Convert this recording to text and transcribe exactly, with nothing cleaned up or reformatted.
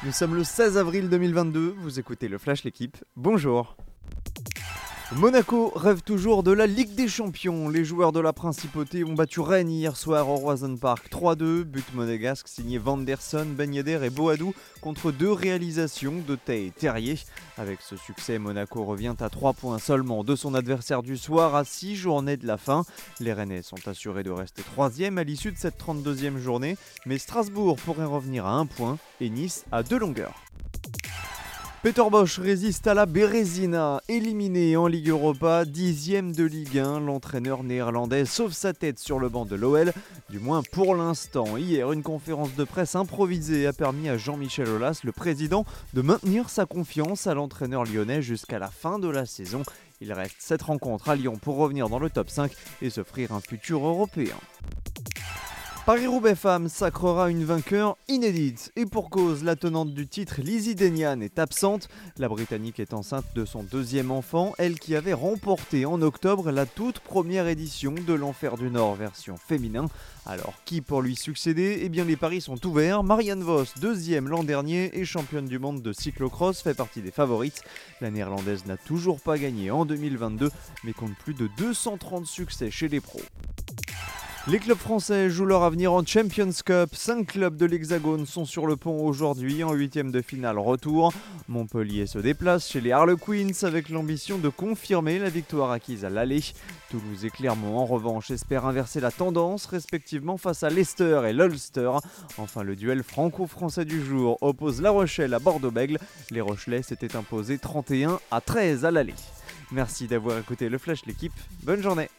Nous sommes le seize avril deux mille vingt-deux, vous écoutez le Flash L'équipe, bonjour. Monaco rêve toujours de la Ligue des Champions. Les joueurs de la Principauté ont battu Rennes hier soir au Roison Park trois deux, but monégasque signé Vanderson, Ben Yedder et Boadou contre deux réalisations de Tay et Terrier. Avec ce succès, Monaco revient à trois points seulement de son adversaire du soir à six journées de la fin. Les Rennais sont assurés de rester troisième à l'issue de cette trente-deuxième journée, mais Strasbourg pourrait revenir à un point et Nice à deux longueurs. Peter Bosz résiste à la Bérésina, éliminé en Ligue Europa, dixième de Ligue un, l'entraîneur néerlandais sauve sa tête sur le banc de l'O L, du moins pour l'instant. Hier, une conférence de presse improvisée a permis à Jean-Michel Aulas, le président, de maintenir sa confiance à l'entraîneur lyonnais jusqu'à la fin de la saison. Il reste sept rencontres à Lyon pour revenir dans le top cinq et s'offrir un futur européen. Paris-Roubaix Femmes sacrera une vainqueur inédite. Et pour cause, la tenante du titre, Lizzie Deignan, est absente. La Britannique est enceinte de son deuxième enfant, elle qui avait remporté en octobre la toute première édition de l'Enfer du Nord version féminin. Alors qui pour lui succéder ? Eh bien les paris sont ouverts. Marianne Vos, deuxième l'an dernier et championne du monde de cyclocross, fait partie des favorites. La néerlandaise n'a toujours pas gagné en deux mille vingt-deux, mais compte plus de deux cent trente succès chez les pros. Les clubs français jouent leur avenir en Champions Cup. Cinq clubs de l'Hexagone sont sur le pont aujourd'hui en huitième de finale retour. Montpellier se déplace chez les Harlequins avec l'ambition de confirmer la victoire acquise à l'aller. Toulouse et Clermont en revanche espèrent inverser la tendance respectivement face à Leicester et l'Ulster. Enfin le duel franco-français du jour oppose La Rochelle à Bordeaux-Bègles. Les Rochelais s'étaient imposés trente et un à treize à l'aller. Merci d'avoir écouté le Flash L'équipe, bonne journée.